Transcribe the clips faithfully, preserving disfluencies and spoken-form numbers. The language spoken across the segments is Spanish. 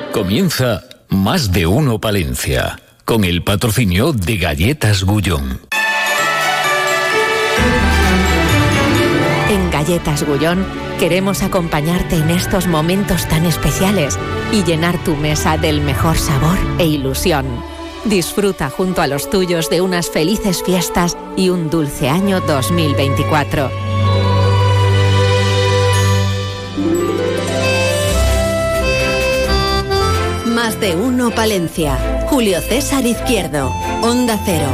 Comienza Más de Uno Palencia, con el patrocinio de Galletas Gullón. En Galletas Gullón queremos acompañarte en estos momentos tan especiales y llenar tu mesa del mejor sabor e ilusión. Disfruta junto a los tuyos de unas felices fiestas y un dulce año dos mil veinticuatro. Más de Uno Palencia. Julio César Izquierdo. Onda Cero.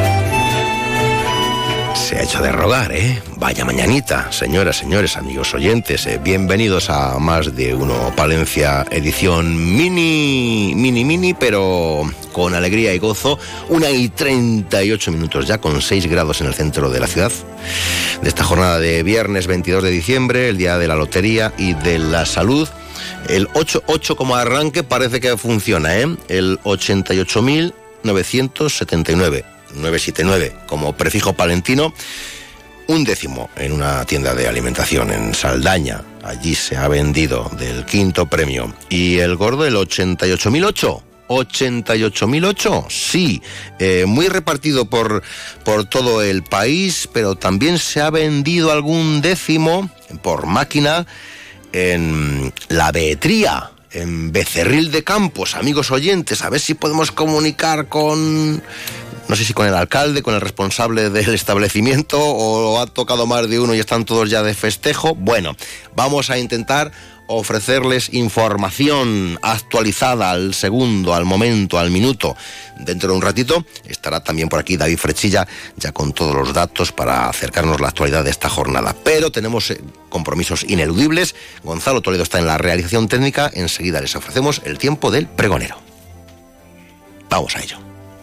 Se ha hecho de rogar, ¿eh? Vaya mañanita, señoras, señores, amigos oyentes, eh, bienvenidos a Más de Uno Palencia, edición mini, mini, mini, pero con alegría y gozo. Una y treinta y ocho minutos ya, con seis grados en el centro de la ciudad, de esta jornada de viernes veintidós de diciembre, el día de la lotería y de la salud. El ochenta y ocho como arranque parece que funciona, ¿eh? El ochenta y ocho mil novecientos setenta y nueve. novecientos setenta y nueve como prefijo palentino, un décimo en una tienda de alimentación en Saldaña. Allí se ha vendido del quinto premio. Y el gordo, el ochenta y ocho mil ocho. ochenta y ocho mil ocho, sí, eh, muy repartido por, por todo el país, pero también se ha vendido algún décimo por máquina en La Beetría, en Becerril de Campos. Amigos oyentes, a ver si podemos comunicar con... no sé si con el alcalde, con el responsable del establecimiento, o ha tocado más de uno y están todos ya de festejo. Bueno, vamos a intentar ofrecerles información actualizada al segundo, al momento, al minuto. Dentro de un ratito estará también por aquí David Frechilla, ya con todos los datos para acercarnos la actualidad de esta jornada. Pero tenemos compromisos ineludibles. Gonzalo Toledo está en la realización técnica. Enseguida les ofrecemos el tiempo del pregonero. Vamos a ello.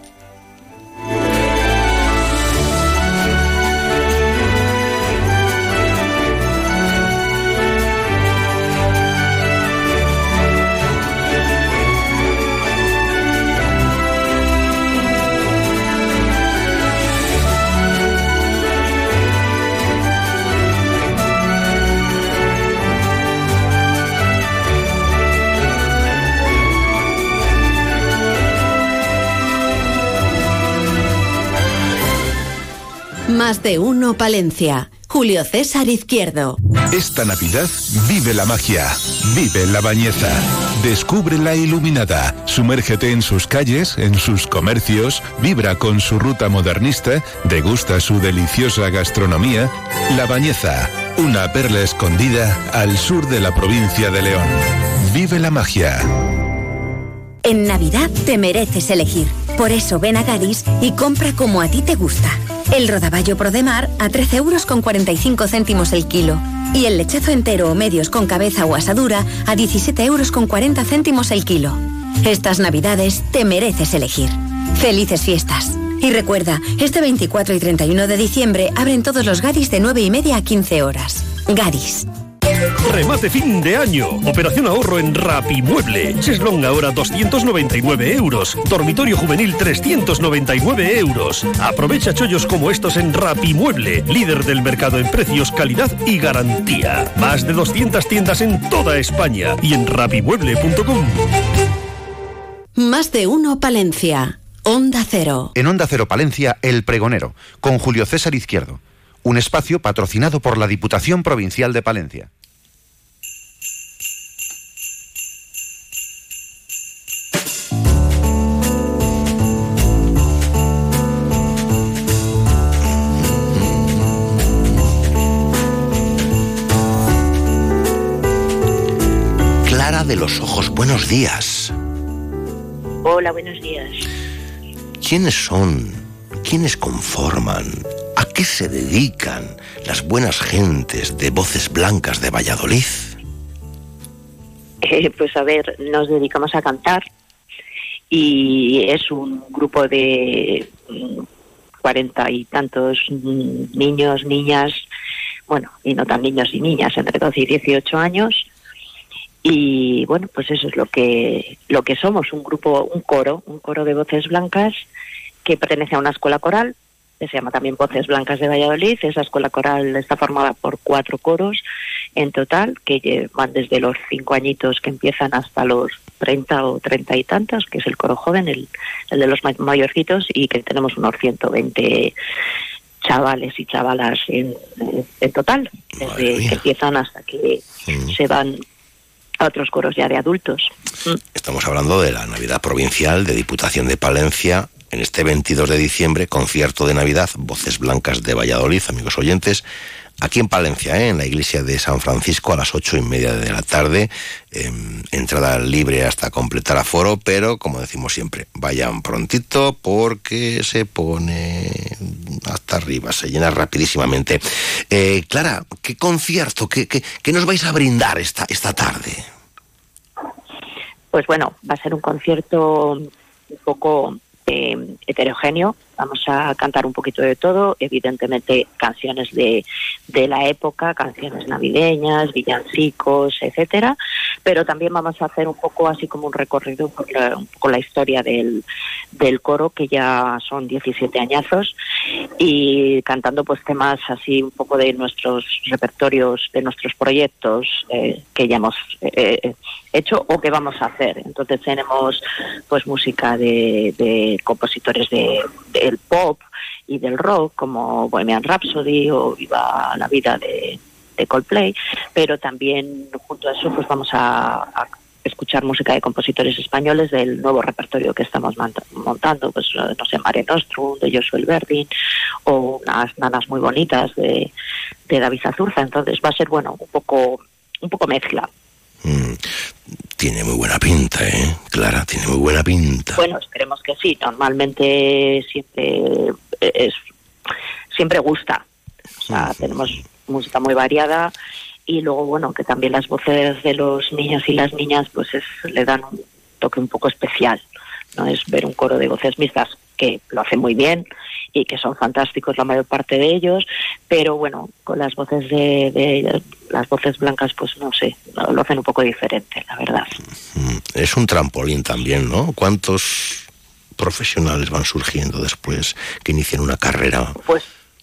Más de Uno Palencia. Julio César Izquierdo. Esta Navidad vive la magia, vive La Bañeza. Descubre la iluminada, sumérgete en sus calles, en sus comercios, vibra con su ruta modernista, degusta su deliciosa gastronomía. La Bañeza, una perla escondida al sur de la provincia de León. Vive la magia. En Navidad te mereces elegir. Por eso ven a Gadis y compra como a ti te gusta. El rodaballo Prodemar a trece euros con cuarenta y cinco céntimos el kilo. Y el lechazo entero o medios con cabeza o asadura a diecisiete euros con cuarenta céntimos el kilo. Estas Navidades te mereces elegir. ¡Felices fiestas! Y recuerda, este veinticuatro y treinta y uno de diciembre abren todos los Gadis de nueve y media a quince horas. Gadis. Remate fin de año. Operación ahorro en Rapimueble. Cheslong ahora doscientos noventa y nueve euros. Dormitorio juvenil trescientos noventa y nueve euros. Aprovecha chollos como estos en Rapimueble, líder del mercado en precios, calidad y garantía. Más de doscientas tiendas en toda España y en rapimueble punto com. Más de Uno Palencia. Onda Cero. En Onda Cero Palencia, El Pregonero, con Julio César Izquierdo. Un espacio patrocinado por la Diputación Provincial de Palencia. Clara de los Ojos, buenos días. Hola, buenos días. ¿Quiénes son? ¿Quiénes conforman? ¿A qué se dedican las buenas gentes de Voces Blancas de Valladolid? Eh, pues a ver, nos dedicamos a cantar y es un grupo de cuarenta y tantos niños, niñas, bueno, y no tan niños y niñas, entre doce y dieciocho años. Y bueno, pues eso es lo que lo que somos, un grupo, un coro, un coro de voces blancas que pertenece a una escuela coral que se llama también Voces Blancas de Valladolid. Esa escuela coral está formada por cuatro coros en total, que van desde los cinco añitos que empiezan hasta los treinta o treinta y tantos, que es el coro joven, el, el de los mayorcitos, y que tenemos unos ciento veinte chavales y chavalas en, en total, desde que empiezan hasta que mm. se van a otros coros ya de adultos. Estamos hablando de la Navidad Provincial de Diputación de Palencia, en este veintidós de diciembre, concierto de Navidad, Voces Blancas de Valladolid, amigos oyentes, aquí en Palencia, ¿eh? En la iglesia de San Francisco, a las ocho y media de la tarde, eh, entrada libre hasta completar aforo, pero como decimos siempre, vayan prontito porque se pone hasta arriba, se llena rapidísimamente. Eh, Clara, ¿qué concierto, qué, qué, qué nos vais a brindar esta, esta tarde? Pues bueno, va a ser un concierto un poco eh, heterogéneo. Vamos a cantar un poquito de todo, evidentemente canciones de, de la época, canciones navideñas, villancicos, etcétera, pero también vamos a hacer un poco así como un recorrido por la, un poco la historia del, del coro, que ya son diecisiete añazos, y cantando pues temas así un poco de nuestros repertorios, de nuestros proyectos eh, que ya hemos eh, hecho o que vamos a hacer. Entonces tenemos pues música de, de compositores de, de el pop y del rock, como Bohemian Rhapsody o Viva la Vida de, de Coldplay, pero también junto a eso pues vamos a, a escuchar música de compositores españoles del nuevo repertorio que estamos montando, pues no sé, Mare Nostrum de Josué Verdín, o unas nanas muy bonitas de, de David Azurza. Entonces va a ser, bueno, un poco un poco mezcla. Mm. Tiene muy buena pinta, ¿eh? Clara, tiene muy buena pinta. Bueno, esperemos que sí. Normalmente siempre es siempre gusta. O sea, sí, tenemos sí. música muy variada, y luego, bueno, que también las voces de los niños y las niñas pues es, le dan un toque un poco especial. No es ver un coro de voces mixtas, que lo hacen muy bien y que son fantásticos la mayor parte de ellos, pero bueno, con las voces de, de las voces blancas pues no sé, lo hacen un poco diferente, la verdad. Es un trampolín también, ¿no? ¿Cuántos profesionales van surgiendo después que inician una carrera? Pues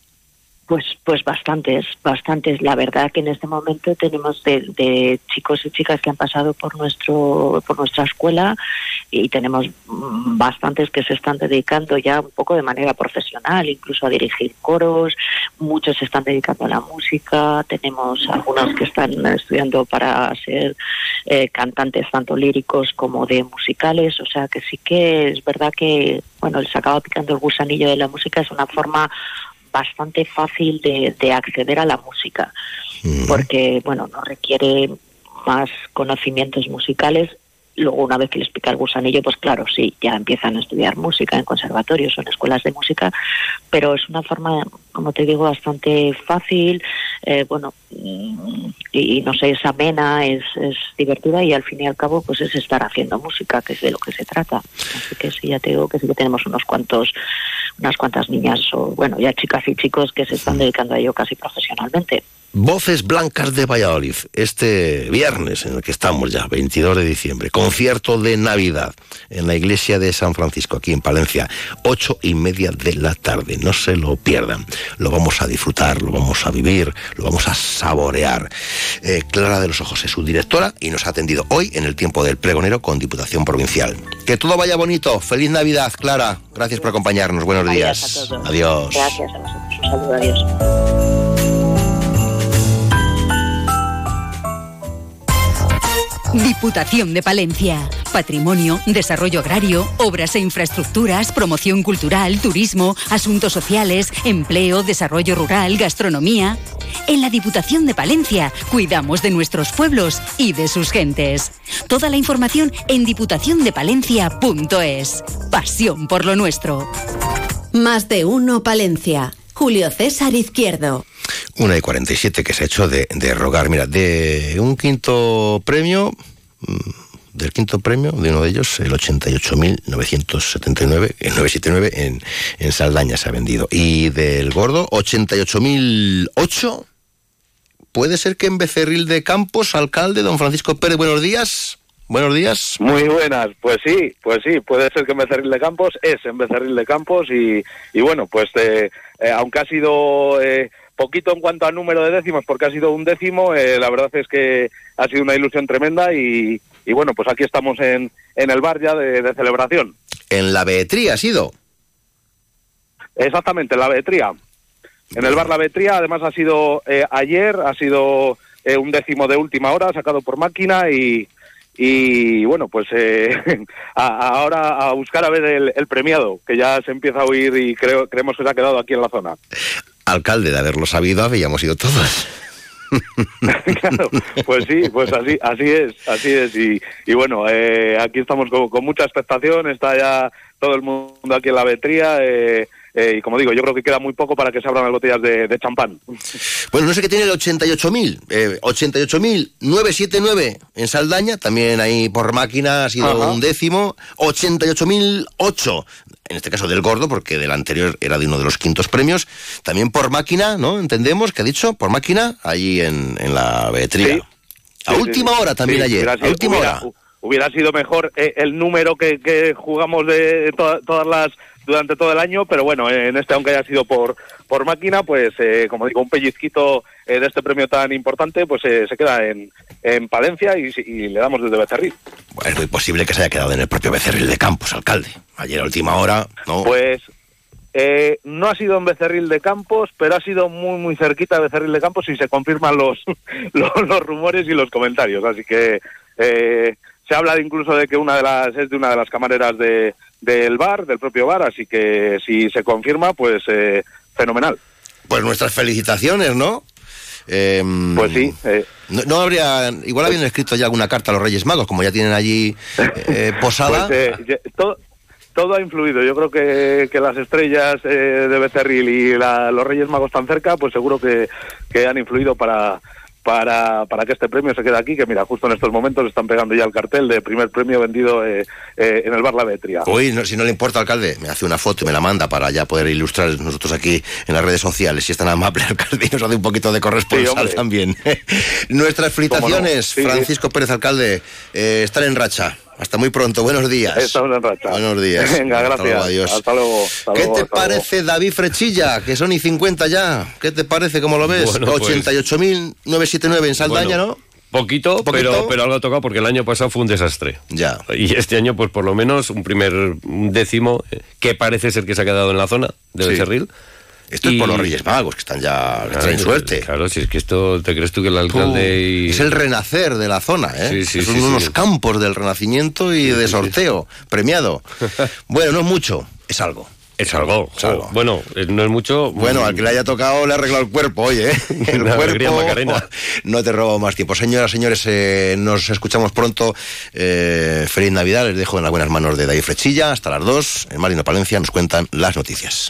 Pues pues bastantes, bastantes. La verdad que en este momento tenemos de, de chicos y chicas que han pasado por nuestro por nuestra escuela, y tenemos bastantes que se están dedicando ya un poco de manera profesional, incluso a dirigir coros. Muchos se están dedicando a la música. Tenemos algunos que están estudiando para ser eh, cantantes tanto líricos como de musicales. O sea que sí que es verdad que, bueno, les acaba picando el gusanillo de la música. Es una forma bastante fácil de, de acceder a la música, uh-huh. porque, bueno, no requiere más conocimientos musicales. Luego, una vez que les pica el gusanillo, pues claro, sí, ya empiezan a estudiar música en conservatorios o en escuelas de música, pero es una forma, como te digo, bastante fácil, eh, bueno, y, y no sé, es amena, es, es divertida, y al fin y al cabo, pues es estar haciendo música, que es de lo que se trata. Así que sí, ya te digo que sí que tenemos unos cuantos, unas cuantas niñas, o bueno, ya chicas y chicos que se están dedicando a ello casi profesionalmente. Voces Blancas de Valladolid, este viernes en el que estamos ya, veintidós de diciembre, concierto de Navidad en la iglesia de San Francisco, aquí en Palencia, ocho y media de la tarde. No se lo pierdan, lo vamos a disfrutar, lo vamos a vivir, lo vamos a saborear. Eh, Clara de los Ojos es su directora y nos ha atendido hoy en el tiempo del pregonero con Diputación Provincial. Que todo vaya bonito, feliz Navidad, Clara, gracias por acompañarnos, buenos días. Adiós. Gracias a vosotros, un saludo, adiós. Diputación de Palencia. Patrimonio, desarrollo agrario, obras e infraestructuras, promoción cultural, turismo, asuntos sociales, empleo, desarrollo rural, gastronomía. En la Diputación de Palencia cuidamos de nuestros pueblos y de sus gentes. Toda la información en diputación de palencia punto es. Pasión por lo nuestro. Más de uno Palencia. Julio César Izquierdo. Una y cuarenta y siete que se ha hecho de, de rogar. Mira, de un quinto premio, del quinto premio, de uno de ellos, el ochenta y ocho mil novecientos setenta y nueve, el novecientos setenta y nueve en, en Saldaña se ha vendido. Y del gordo, ochenta y ocho mil ocho. Puede ser que en Becerril de Campos, alcalde, don Francisco Pérez, buenos días. Buenos días. Muy buenas, pues sí, pues sí, puede ser que en Becerril de Campos, es en Becerril de Campos y, y bueno, pues eh, eh, aunque ha sido eh, poquito en cuanto al número de décimos, porque ha sido un décimo, eh, la verdad es que ha sido una ilusión tremenda y, y bueno, pues aquí estamos en, en el bar ya de, de celebración. En la Behetría ha sido. Exactamente, en la Behetría. En el bar La Behetría, además ha sido eh, ayer, ha sido eh, un décimo de última hora, sacado por máquina y, y bueno, pues eh, a, ahora a buscar a ver el, el premiado, que ya se empieza a oír y creo creemos que se ha quedado aquí en la zona. Alcalde, de haberlo sabido, habíamos ido todos. Claro, pues sí, pues así así es, así es. Y, y bueno, eh, aquí estamos con, con mucha expectación, está ya todo el mundo aquí en la Behetría, eh, Eh, y como digo, yo creo que queda muy poco para que se abran las botellas de, de champán. Bueno, no sé qué tiene el ochenta y ocho mil. Eh, ochenta y ocho mil novecientos setenta y nueve en Saldaña, también ahí por máquina ha sido Ajá. un décimo. ochenta y ocho mil ocho, en este caso del gordo, porque del anterior era de uno de los quintos premios. También por máquina, ¿no? Entendemos que ha dicho, por máquina, allí en, en la Behetría. Sí. A sí, última sí, hora también sí, ayer, sido, a última hubiera, hora. Hubiera sido mejor eh, el número que, que jugamos de to- todas las durante todo el año, pero bueno, en este, aunque haya sido por por máquina, pues eh, como digo, un pellizquito eh, de este premio tan importante, pues eh, se queda en, en Palencia y, y le damos desde Becerril. Bueno, es muy posible que se haya quedado en el propio Becerril de Campos, alcalde. Ayer a última hora, ¿no? Pues eh, no ha sido en Becerril de Campos, pero ha sido muy muy cerquita de Becerril de Campos y se confirman los los, los rumores y los comentarios, así que eh, se habla incluso de que una de las es de una de las camareras de del bar, del propio bar, así que si se confirma, pues eh, fenomenal. Pues nuestras felicitaciones, ¿no? Eh, pues sí. Eh, no, no habría, igual habían escrito ya alguna carta a los Reyes Magos, como ya tienen allí eh, posada. Pues, eh, todo, todo ha influido. Yo creo que, que las estrellas eh, de Becerril y la, los Reyes Magos tan cerca, pues seguro que, que han influido para para para que este premio se quede aquí, que mira, justo en estos momentos están pegando ya el cartel de primer premio vendido eh, eh, en el bar La Behetría. Uy, no, si no le importa, alcalde, me hace una foto y me la manda para ya poder ilustrar nosotros aquí en las redes sociales, si es tan amable, alcalde, y nos hace un poquito de corresponsal sí, también. Nuestras felicitaciones, no? sí, Francisco sí. Pérez, alcalde, eh, estar en racha. Hasta muy pronto, buenos días. Estamos en racha. Buenos días. Venga, gracias. Hasta luego, adiós. Hasta luego. Hasta ¿Qué luego, te hasta parece, luego. David Frechilla? Que son y cincuenta ya. ¿Qué te parece? ¿Cómo lo ves? Bueno, pues, ochenta y ocho mil novecientos setenta y nueve en Saldaña, bueno, ¿no? Poquito, ¿Poquito? Pero, pero algo ha tocado porque el año pasado fue un desastre. Ya. Y este año, pues por lo menos un primer un décimo, que parece ser que se ha quedado en la zona de Becerril. Sí. Esto y... es por los Reyes Magos, que están ya, que traen suerte. Claro, si es que esto, ¿te crees tú que el alcalde y... Es el renacer de la zona, ¿eh? Sí, sí, Son sí, unos sí. campos del renacimiento y sí, de sorteo, sí. premiado. Bueno, no es mucho, es algo. Es algo, es algo. Bueno, no es mucho. Bueno, al que le haya tocado le ha arreglado el cuerpo, oye, ¿eh? El Una cuerpo. Macarena. No te robo más tiempo. Señoras, señores, eh, nos escuchamos pronto. Eh, feliz Navidad, les dejo en las buenas manos de David Frechilla. Hasta las dos, en Marino Palencia nos cuentan las noticias.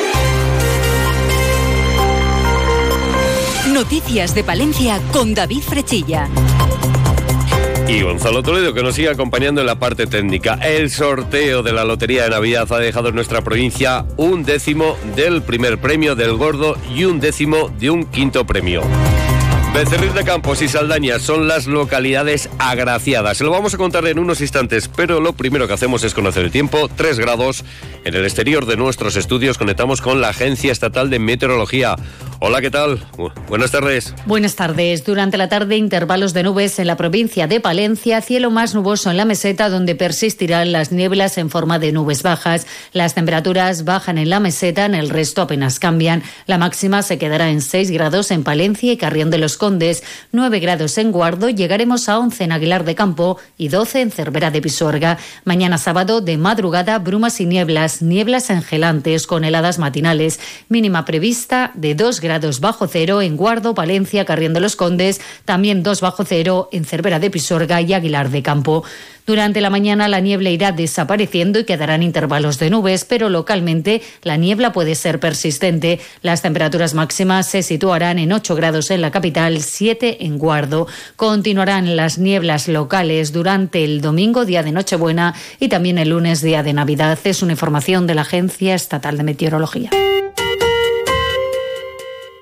Noticias de Palencia con David Frechilla. Y Gonzalo Toledo, que nos sigue acompañando en la parte técnica. El sorteo de la Lotería de Navidad ha dejado en nuestra provincia un décimo del primer premio del gordo y un décimo de un quinto premio. Becerril de Campos y Saldaña son las localidades agraciadas. Se lo vamos a contar en unos instantes, pero lo primero que hacemos es conocer el tiempo. Tres grados en el exterior de nuestros estudios. Conectamos con la Agencia Estatal de Meteorología. Hola, ¿qué tal? Buenas tardes. Buenas tardes. Durante la tarde, intervalos de nubes en la provincia de Palencia, cielo más nuboso en la meseta, donde persistirán las nieblas en forma de nubes bajas. Las temperaturas bajan en la meseta, en el resto apenas cambian. La máxima se quedará en seis grados en Palencia y Carrión de los Condes, nueve grados en Guardo, llegaremos a once en Aguilar de Campo y doce en Cervera de Pisuerga. Mañana sábado, de madrugada, brumas y nieblas, nieblas engelantes con heladas matinales. Mínima prevista de dos grados bajo cero en Guardo, Palencia, Carrión de los Condes, también dos bajo cero en Cervera de Pisuerga y Aguilar de Campo. Durante la mañana la niebla irá desapareciendo y quedarán intervalos de nubes, pero localmente la niebla puede ser persistente. Las temperaturas máximas se situarán en ocho grados en la capital, siete en Guardo. Continuarán las nieblas locales durante el domingo, día de Nochebuena, y también el lunes, día de Navidad. Es una información de la Agencia Estatal de Meteorología.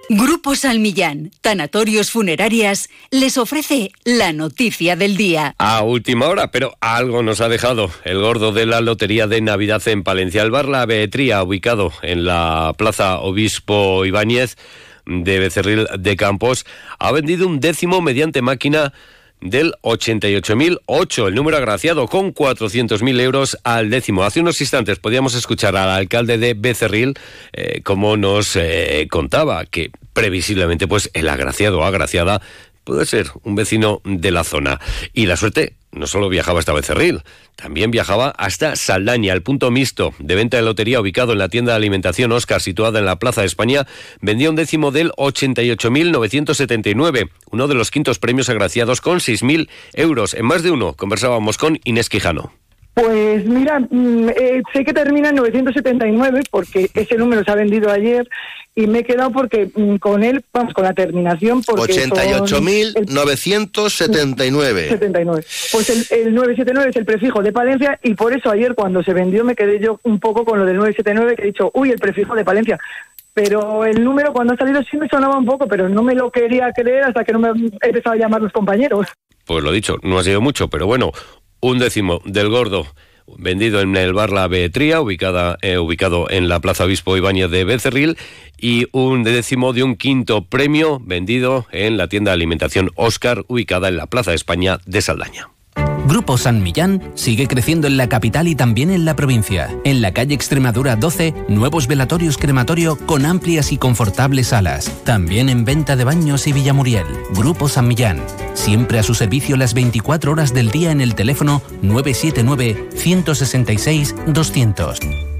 Grupo Salmillán, Tanatorios Funerarias, les ofrece la noticia del día. A última hora, pero algo nos ha dejado el gordo de la Lotería de Navidad en Palencia. El bar La Beetría, ubicado en la Plaza Obispo Ibáñez de Becerril de Campos, ha vendido un décimo mediante máquina del ochenta y ocho mil ocho, el número agraciado, con cuatrocientos mil euros al décimo. Hace unos instantes podíamos escuchar al alcalde de Becerril eh, como nos eh, contaba que previsiblemente pues el agraciado o agraciada puede ser un vecino de la zona. Y la suerte no solo viajaba hasta Becerril, también viajaba hasta Saldaña. El punto mixto de venta de lotería, ubicado en la tienda de alimentación Oscar, situada en la Plaza de España, vendía un décimo del ochenta y ocho mil novecientos setenta y nueve, uno de los quintos premios agraciados con seis mil euros. En más de uno conversábamos con Inés Quijano. Pues mira, eh, sé que termina en novecientos setenta y nueve porque ese número se ha vendido ayer y me he quedado porque mm, con él, vamos, con la terminación... ochenta y ocho mil novecientos setenta y nueve. setenta y nueve. Pues el, el novecientos setenta y nueve es el prefijo de Palencia y por eso ayer cuando se vendió me quedé yo un poco con lo del novecientos setenta y nueve, que he dicho, uy, el prefijo de Palencia. Pero el número cuando ha salido sí me sonaba un poco, pero no me lo quería creer hasta que no me he empezado a llamar los compañeros. Pues lo dicho, no ha sido mucho, pero bueno... Un décimo del gordo vendido en el bar La Beetría, ubicada, eh, ubicado en la Plaza Obispo Ibáñez de Becerril, y un décimo de un quinto premio vendido en la tienda de alimentación Oscar, ubicada en la Plaza de España de Saldaña. Grupo San Millán sigue creciendo en la capital y también en la provincia. En la calle Extremadura doce, nuevos velatorios crematorio con amplias y confortables salas. También en venta de baños y Villamuriel. Grupo San Millán, siempre a su servicio las veinticuatro horas del día en el teléfono nueve siete nueve, uno seis seis, dos cero cero.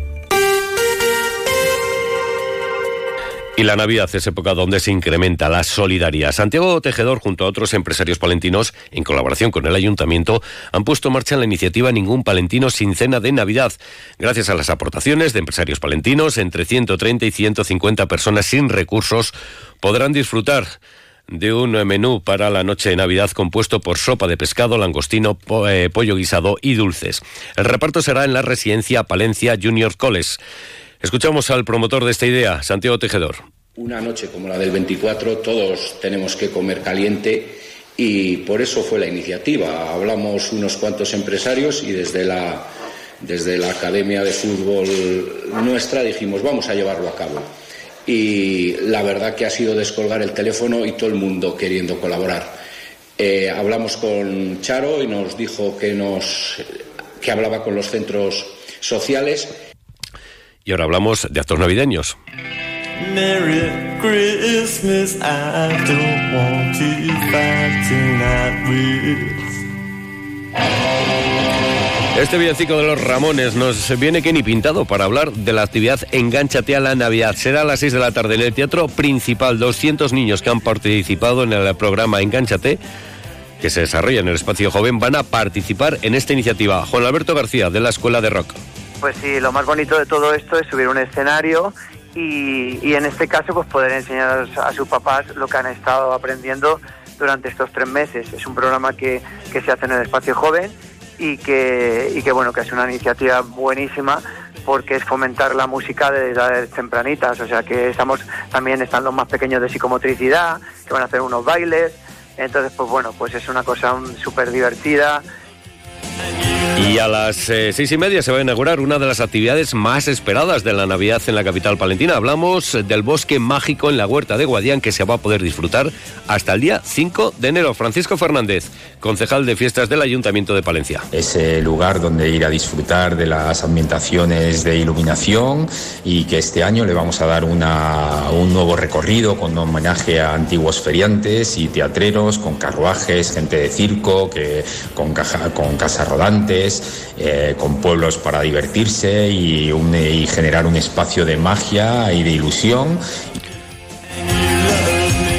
Y la Navidad es época donde se incrementa la solidaridad. Santiago Tejedor, junto a otros empresarios palentinos, en colaboración con el Ayuntamiento, han puesto en marcha la iniciativa Ningún Palentino sin Cena de Navidad. Gracias a las aportaciones de empresarios palentinos, entre ciento treinta y ciento cincuenta personas sin recursos podrán disfrutar de un menú para la noche de Navidad compuesto por sopa de pescado, langostino, po- eh, pollo guisado y dulces. El reparto será en la residencia Palencia Junior College. Escuchamos al promotor de esta idea, Santiago Tejedor. Una noche como la del veinticuatro, todos tenemos que comer caliente y por eso fue la iniciativa. Hablamos unos cuantos empresarios y desde la, desde la Academia de Fútbol nuestra dijimos vamos a llevarlo a cabo. Y la verdad que ha sido descolgar el teléfono y todo el mundo queriendo colaborar. Eh, hablamos con Charo y nos dijo que, nos, que hablaba con los centros sociales. Y ahora hablamos de actos navideños. Merry Christmas, I don't want to fight tonight with. Este villancico de los Ramones nos viene que ni pintado para hablar de la actividad Engánchate a la Navidad. Será a las seis de la tarde en el Teatro Principal. doscientos niños que han participado en el programa Engánchate, que se desarrolla en el Espacio Joven, van a participar en esta iniciativa. Juan Alberto García, de la Escuela de Rock. Pues sí, lo más bonito de todo esto es subir un escenario y, y en este caso pues poder enseñar a sus papás lo que han estado aprendiendo durante estos tres meses. Es un programa que, que se hace en el Espacio Joven y que, y que bueno, que es una iniciativa buenísima porque es fomentar la música desde edades tempranitas. O sea que estamos, también están los más pequeños de psicomotricidad, que van a hacer unos bailes. Entonces pues bueno, pues es una cosa súper divertida. Y a las eh, seis y media se va a inaugurar una de las actividades más esperadas de la Navidad en la capital palentina. Hablamos del bosque mágico en la Huerta de Guadián, que se va a poder disfrutar hasta el día cinco de enero. Francisco Fernández, concejal de fiestas del Ayuntamiento de Palencia. Ese lugar donde ir a disfrutar de las ambientaciones de iluminación y que este año le vamos a dar una, un nuevo recorrido con un homenaje a antiguos feriantes y teatreros, con carruajes, gente de circo, que, con, caja, con casas rodantes, eh, con pueblos para divertirse y, un, y generar un espacio de magia y de ilusión.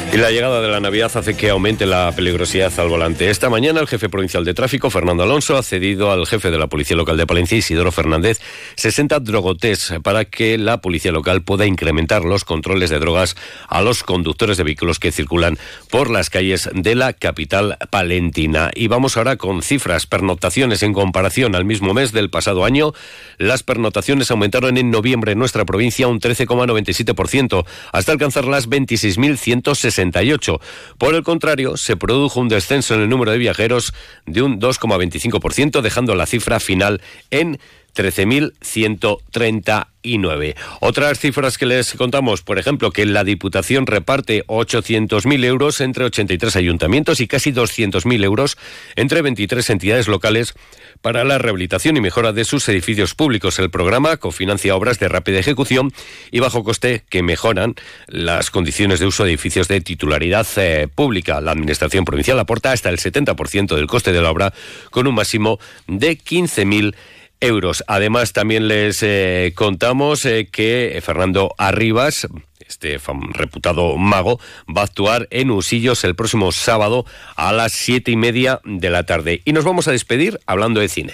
Y la llegada de la Navidad hace que aumente la peligrosidad al volante. Esta mañana el jefe provincial de tráfico, Fernando Alonso, ha cedido al jefe de la Policía Local de Palencia, Isidoro Fernández, sesenta drogotests para que la Policía Local pueda incrementar los controles de drogas a los conductores de vehículos que circulan por las calles de la capital palentina. Y vamos ahora con cifras, pernoctaciones en comparación al mismo mes del pasado año. Las pernoctaciones aumentaron en noviembre en nuestra provincia un trece coma noventa y siete por ciento, hasta alcanzar las veintiséis mil ciento sesenta y ocho. Por el contrario, se produjo un descenso en el número de viajeros de un dos coma veinticinco por ciento, dejando la cifra final en trece mil ciento treinta y nueve. Otras cifras que les contamos, por ejemplo, que la Diputación reparte ochocientos mil euros entre ochenta y tres ayuntamientos y casi doscientos mil euros entre veintitrés entidades locales para la rehabilitación y mejora de sus edificios públicos. El programa cofinancia obras de rápida ejecución y bajo coste que mejoran las condiciones de uso de edificios de titularidad eh, pública. La Administración provincial aporta hasta el setenta por ciento del coste de la obra con un máximo de quince mil euros. Además, también les eh, contamos eh, que Fernando Arribas, este fam- reputado mago, va a actuar en Usillos el próximo sábado a las siete y media de la tarde. Y nos vamos a despedir hablando de cine.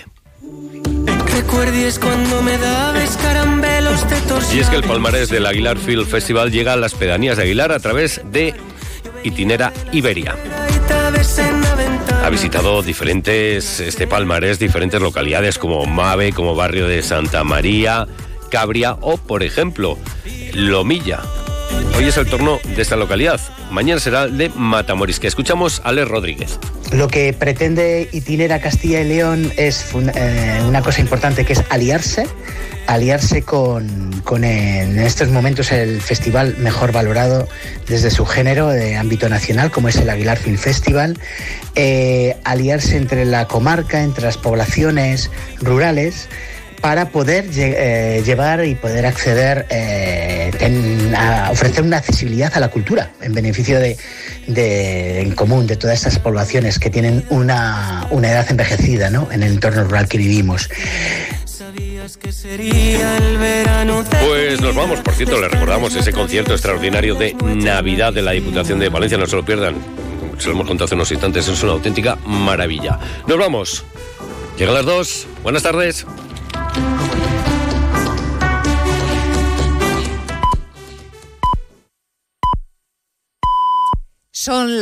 Y es que el palmarés del Aguilar Film Festival llega a las pedanías de Aguilar a través de Itinera Iberia. Ha visitado diferentes este palmarés, diferentes localidades como Mave, como Barrio de Santa María, Cabria o, por ejemplo, Lomilla. Hoy es el turno de esta localidad. Mañana será el de Matamorisca. Escuchamos a Alex Rodríguez. Lo que pretende Itinera Castilla y León es eh, una cosa importante, que es aliarse, aliarse con, con en estos momentos el festival mejor valorado desde su género de ámbito nacional, como es el Aguilar Film Festival, eh, aliarse entre la comarca, entre las poblaciones rurales, para poder eh, llevar y poder acceder eh, en, a ofrecer una accesibilidad a la cultura en beneficio de, de en común de todas estas poblaciones que tienen una, una edad envejecida, ¿no?, en el entorno rural que vivimos. Pues nos vamos, por cierto, les recordamos ese concierto extraordinario de Navidad de la Diputación de Valencia, no se lo pierdan, se lo hemos contado hace unos instantes, es una auténtica maravilla. Nos vamos, llegan las dos, buenas tardes. Son